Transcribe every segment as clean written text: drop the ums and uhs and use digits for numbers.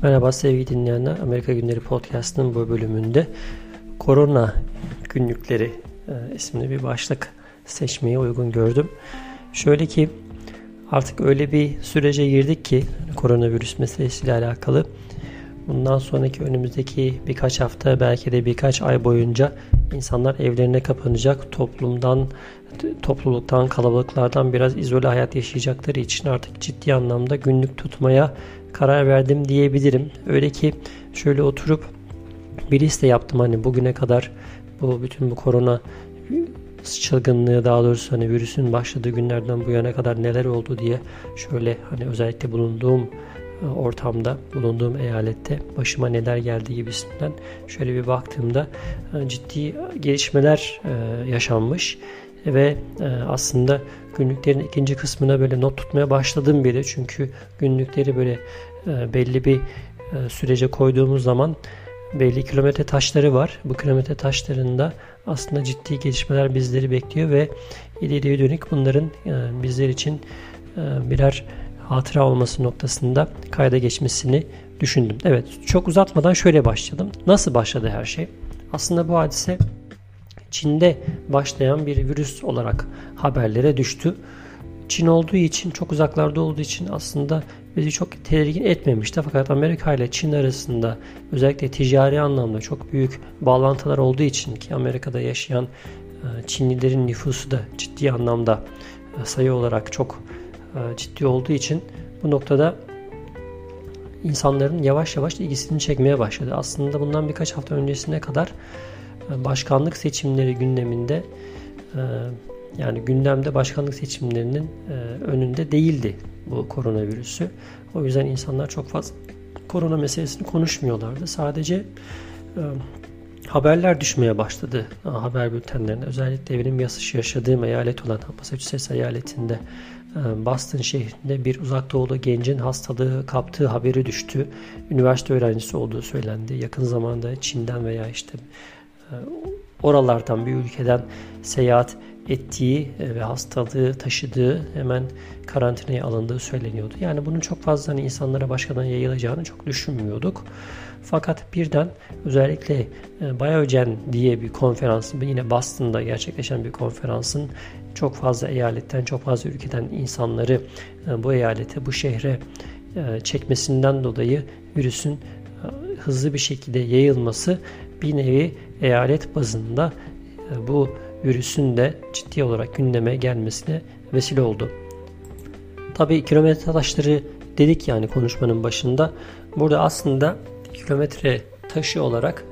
Merhaba sevgili dinleyenler. Amerika Günleri Podcast'ın bu bölümünde Korona Günlükleri isimli bir başlık seçmeyi uygun gördüm. Şöyle ki artık öyle bir sürece girdik ki koronavirüs meselesiyle alakalı bundan sonraki önümüzdeki birkaç hafta belki de birkaç ay boyunca insanlar evlerine kapanacak, topluluktan, kalabalıklardan biraz izole hayat yaşayacakları için artık ciddi anlamda günlük tutmaya karar verdim diyebilirim. Öyle ki şöyle oturup bir liste yaptım, hani bugüne kadar bütün bu korona çılgınlığı, daha doğrusu hani virüsün başladığı günlerden bu yana kadar neler oldu diye şöyle hani özellikle bulunduğum ortamda, bulunduğum eyalette başıma neler geldi gibisinden şöyle bir baktığımda ciddi gelişmeler yaşanmış ve aslında günlüklerin ikinci kısmına böyle not tutmaya başladım bile. Çünkü günlükleri böyle belli bir sürece koyduğumuz zaman belli kilometre taşları var. Bu kilometre taşlarında aslında ciddi gelişmeler bizleri bekliyor ve ileriye dönük bunların bizler için birer hatıra olması noktasında kayda geçmesini düşündüm. Evet, çok uzatmadan şöyle başladım. Nasıl başladı her şey? Aslında bu hadise Çin'de başlayan bir virüs olarak haberlere düştü. Çin olduğu için, çok uzaklarda olduğu için aslında bizi çok tedirgin etmemişti. Fakat Amerika ile Çin arasında özellikle ticari anlamda çok büyük bağlantılar olduğu için, ki Amerika'da yaşayan Çinlilerin nüfusu da ciddi anlamda sayı olarak çok ciddi olduğu için bu noktada insanların yavaş yavaş ilgisini çekmeye başladı. Aslında bundan birkaç hafta öncesine kadar başkanlık seçimleri gündeminde, yani gündemde başkanlık seçimlerinin önünde değildi bu koronavirüsü. O yüzden insanlar çok fazla korona meselesini konuşmuyorlardı. Sadece haberler düşmeye başladı haber bültenlerine. Özellikle benim yaşadığım eyalet olan Massachusetts eyaletinde Boston şehrinde bir uzak doğulu gencin hastalığı kaptığı haberi düştü. Üniversite öğrencisi olduğu söylendi. Yakın zamanda Çin'den veya işte oralardan bir ülkeden seyahat ettiği ve hastalığı taşıdığı, hemen karantinaya alındığı söyleniyordu. Yani bunun çok fazla insanlara başkadan yayılacağını çok düşünmüyorduk. Fakat birden özellikle Biogen diye bir konferansın, yine Boston'da gerçekleşen bir konferansın çok fazla eyaletten, çok fazla ülkeden insanları bu eyalete, bu şehre çekmesinden dolayı virüsün hızlı bir şekilde yayılması bir nevi eyalet bazında bu virüsün de ciddi olarak gündeme gelmesine vesile oldu. Tabii kilometre taşları dedik yani konuşmanın başında. Burada aslında kilometre taşı olarak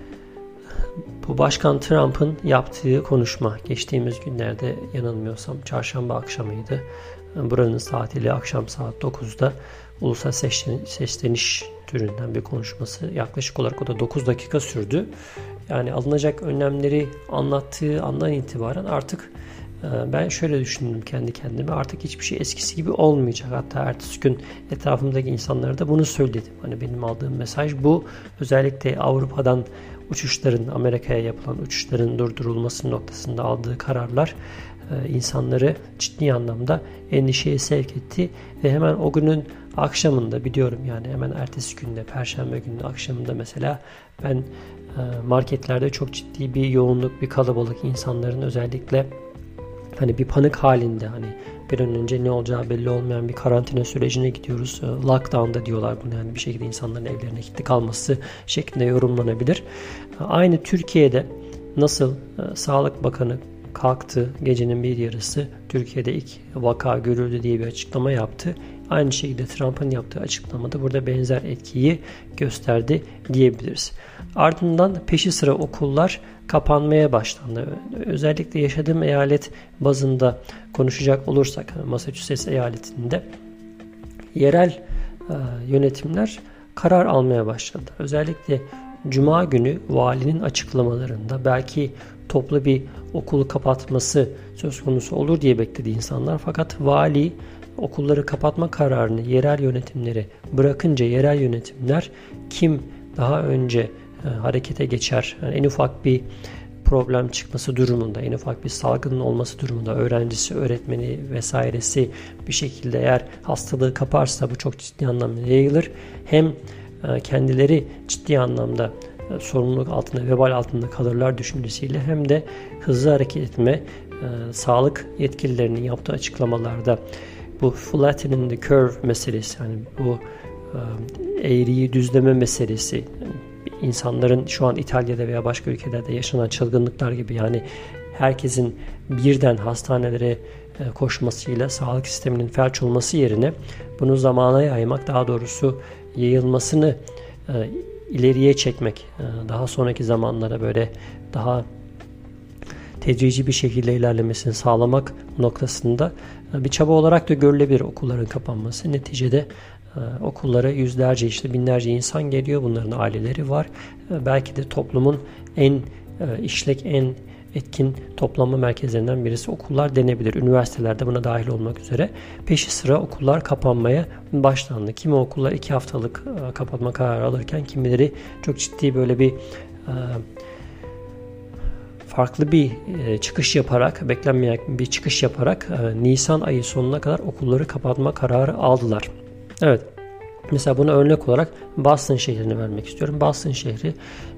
bu Başkan Trump'ın yaptığı konuşma, geçtiğimiz günlerde yanılmıyorsam çarşamba akşamıydı. Buranın saatiyle akşam saat 9'da ulusal sesleniş türünden bir konuşması, yaklaşık olarak o da 9 dakika sürdü. Yani alınacak önlemleri anlattığı andan itibaren artık ben şöyle düşündüm kendi kendime, artık hiçbir şey eskisi gibi olmayacak. Hatta ertesi gün etrafımdaki insanlara da bunu söyledim. Hani benim aldığım mesaj bu. Özellikle Avrupa'dan uçuşların, Amerika'ya yapılan uçuşların durdurulması noktasında aldığı kararlar insanları ciddi anlamda endişeye sevk etti ve hemen o günün akşamında, biliyorum yani hemen ertesi günde, Perşembe günü akşamında mesela ben marketlerde çok ciddi bir yoğunluk, bir kalabalık, insanların özellikle hani bir panik halinde, hani bir an önce ne olacağı belli olmayan bir karantina sürecine gidiyoruz. Lockdown'da diyorlar bunu, yani bir şekilde insanların evlerine kilitli kalması şeklinde yorumlanabilir. Aynı Türkiye'de nasıl Sağlık Bakanı kalktı, gecenin bir yarısı Türkiye'de ilk vaka görüldü diye bir açıklama yaptı. Aynı şekilde Trump'ın yaptığı açıklamada burada benzer etkiyi gösterdi diyebiliriz. Ardından peşi sıra okullar kapanmaya başlandı. Özellikle yaşadığım eyalet bazında konuşacak olursak, Massachusetts eyaletinde yerel yönetimler karar almaya başladı. Özellikle Cuma günü valinin açıklamalarında belki toplu bir okulu kapatması söz konusu olur diye bekledi insanlar. Fakat vali okulları kapatma kararını yerel yönetimlere bırakınca, yerel yönetimler kim daha önce harekete geçer, yani en ufak bir problem çıkması durumunda, en ufak bir salgının olması durumunda, öğrencisi, öğretmeni vesairesi bir şekilde eğer hastalığı kaparsa bu çok ciddi anlamda yayılır. Hem kendileri ciddi anlamda sorumluluk altında, vebal altında kalırlar düşüncesiyle hem de hızlı hareket etme, sağlık yetkililerinin yaptığı açıklamalarda bu flattening the curve meselesi, hani bu eğriyi düzleme meselesi, insanların şu an İtalya'da veya başka ülkelerde yaşanan çılgınlıklar gibi, yani herkesin birden hastanelere koşmasıyla sağlık sisteminin felç olması yerine bunu zamana yaymak, daha doğrusu yayılmasını ileriye çekmek, daha sonraki zamanlara böyle daha tedrici bir şekilde ilerlemesini sağlamak noktasında bir çaba olarak da görülebilir okulların kapanması. Neticede okullara yüzlerce, işte binlerce insan geliyor. Bunların aileleri var. Belki de toplumun en işlek, en etkin toplanma merkezlerinden birisi okullar denebilir. Üniversitelerde buna dahil olmak üzere peşi sıra okullar kapanmaya başlandı. Kimi okullar 2 haftalık kapatma kararı alırken kimileri çok ciddi böyle bir farklı bir çıkış yaparak, beklenmeyen bir çıkış yaparak Nisan ayı sonuna kadar okulları kapatma kararı aldılar. Evet. Mesela buna örnek olarak Boston şehrini vermek istiyorum. Boston şehri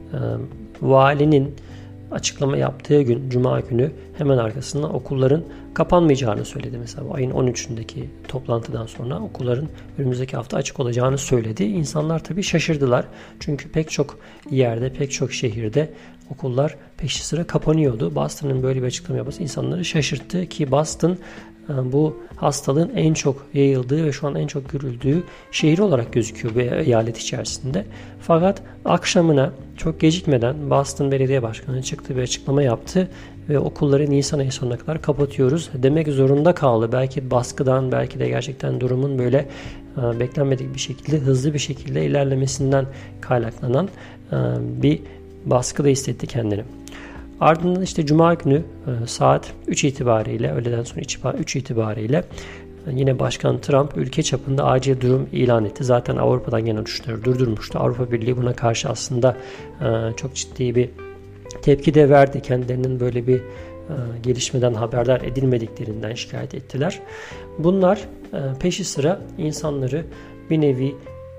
valinin açıklama yaptığı gün, Cuma günü hemen arkasından okulların kapanmayacağını söyledi. Mesela ayın 13'ündeki toplantıdan sonra okulların önümüzdeki hafta açık olacağını söyledi. İnsanlar tabii şaşırdılar. Çünkü pek çok yerde, pek çok şehirde okullar peşi sıra kapanıyordu. Boston'ın böyle bir açıklama yapması insanları şaşırttı ki Boston bu hastalığın en çok yayıldığı ve şu an en çok görüldüğü şehir olarak gözüküyor bu eyalet içerisinde. Fakat akşamına çok gecikmeden Boston Belediye Başkanı çıktı ve açıklama yaptı ve okulları Nisan ayı sonuna kadar kapatıyoruz demek zorunda kaldı. Belki baskıdan, belki de gerçekten durumun böyle beklenmedik bir şekilde, hızlı bir şekilde ilerlemesinden kaynaklanan bir baskı da hissetti kendini. Ardından işte Cuma günü saat 3 itibariyle, öğleden sonra 3 itibariyle yine Başkan Trump ülke çapında acil durum ilan etti. Zaten Avrupa'dan gelen uçuşları durdurmuştu. Avrupa Birliği buna karşı aslında çok ciddi bir tepki de verdi. Kendilerinin böyle bir gelişmeden haberdar edilmediklerinden şikayet ettiler. Bunlar peşi sıra insanları bir nevi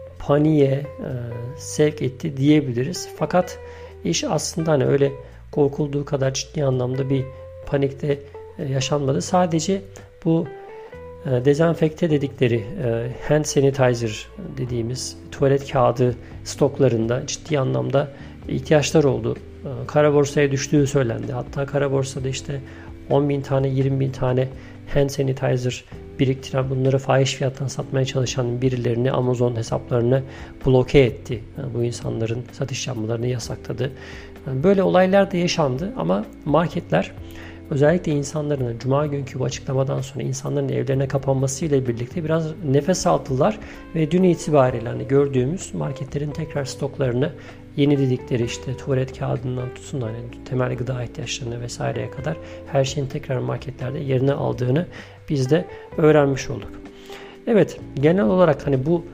paniğe sevk etti diyebiliriz. Fakat iş aslında hani öyle korkulduğu kadar ciddi anlamda bir panikte yaşanmadı. Sadece bu dezenfekte dedikleri hand sanitizer dediğimiz tuvalet kağıdı stoklarında ciddi anlamda ihtiyaçlar oldu. Kara borsaya düştüğü söylendi. Hatta kara borsada işte 10.000 tane 20.000 tane hand sanitizer biriktiren, bunları fahiş fiyattan satmaya çalışan birilerini Amazon hesaplarını bloke etti. Bu insanların satış yapmalarını yasakladı. Böyle olaylar da yaşandı ama marketler özellikle insanların Cuma günkü bu açıklamadan sonra insanların evlerine kapanmasıyla birlikte biraz nefes aldılar ve dün itibariyle hani gördüğümüz marketlerin tekrar stoklarını yeni dedikleri işte tuvalet kağıdından tutsun hani temel gıda ihtiyaçlarına vesaireye kadar her şeyin tekrar marketlerde yerini aldığını biz de öğrenmiş olduk. Evet, genel olarak hani bu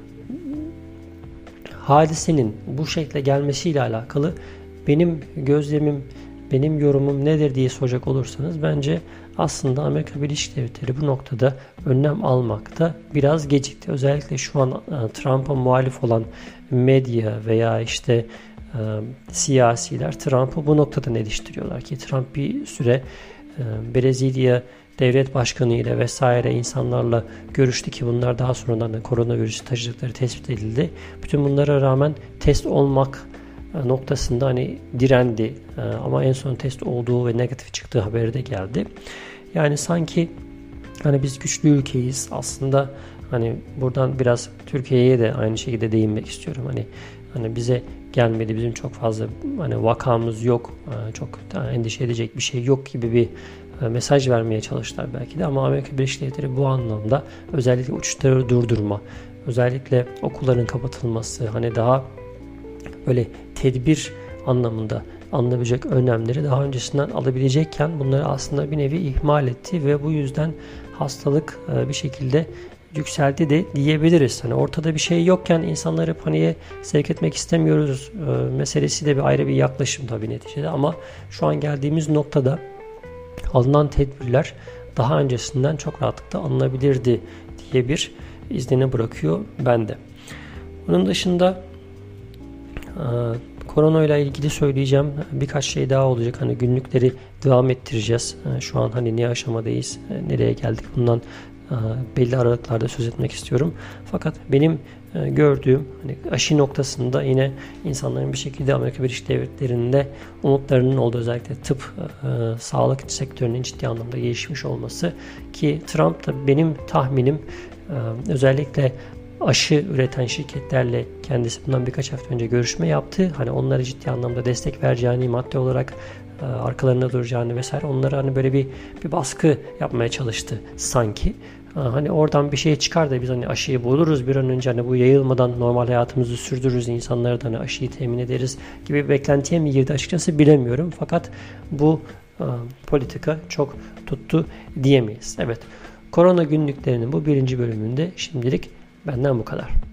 hadisenin bu şekle gelmesiyle alakalı benim gözlemim, benim yorumum nedir diye soracak olursanız bence aslında Amerika Birleşik Devletleri bu noktada önlem almakta biraz gecikti. Özellikle şu an Trump'a muhalif olan medya veya işte siyasiler Trump'ı bu noktadan eleştiriyorlar ki Trump bir süre Brezilya devlet başkanı ile vesaire insanlarla görüştü ki bunlar daha sonradan da koronavirüsü taşıdıkları tespit edildi. Bütün bunlara rağmen test olmak noktasında hani direndi ama en son test olduğu ve negatif çıktığı haberi de geldi. Yani sanki hani biz güçlü ülkeyiz aslında, hani buradan biraz Türkiye'ye de aynı şekilde değinmek istiyorum. Hani bize gelmedi, bizim çok fazla hani vakamız yok, çok endişe edecek bir şey yok gibi bir mesaj vermeye çalıştılar belki de ama Amerika Birleşik Devletleri bu anlamda özellikle uçuşları durdurma, özellikle okulların kapatılması, hani daha böyle tedbir anlamında alınabilecek önlemleri daha öncesinden alabilecekken bunları aslında bir nevi ihmal etti ve bu yüzden hastalık bir şekilde yükseldi de diyebiliriz. Hani ortada bir şey yokken insanları paniğe sevk etmek istemiyoruz meselesi de bir ayrı bir yaklaşım tabii neticede ama şu an geldiğimiz noktada alınan tedbirler daha öncesinden çok rahatlıkla alınabilirdi diye bir izlenim bırakıyor bende. Bunun dışında Korona ile ilgili söyleyeceğim birkaç şey daha olacak. Hani günlükleri devam ettireceğiz. Şu an hani ne aşamadayız, nereye geldik, bundan belli aralıklarda söz etmek istiyorum. Fakat benim gördüğüm hani aşı noktasında yine insanların bir şekilde Amerika Birleşik Devletleri'nde umutlarının olduğu, özellikle tıp, sağlık sektörünün ciddi anlamda gelişmiş olması, ki Trump da benim tahminim özellikle aşı üreten şirketlerle kendisi bundan birkaç hafta önce görüşme yaptı. Hani onlara ciddi anlamda destek vereceğini, maddi olarak arkalarında duracağını vesaire, onlara hani böyle bir baskı yapmaya çalıştı sanki. Hani oradan bir şey çıkar da biz hani aşıyı buluruz bir an önce, hani bu yayılmadan normal hayatımızı sürdürürüz, insanlara da hani aşıyı temin ederiz gibi bir beklentiye mi girdi açıkçası bilemiyorum. Fakat bu politika çok tuttu diyemeyiz. Evet, Korona günlüklerinin bu birinci bölümünde şimdilik benden bu kadar.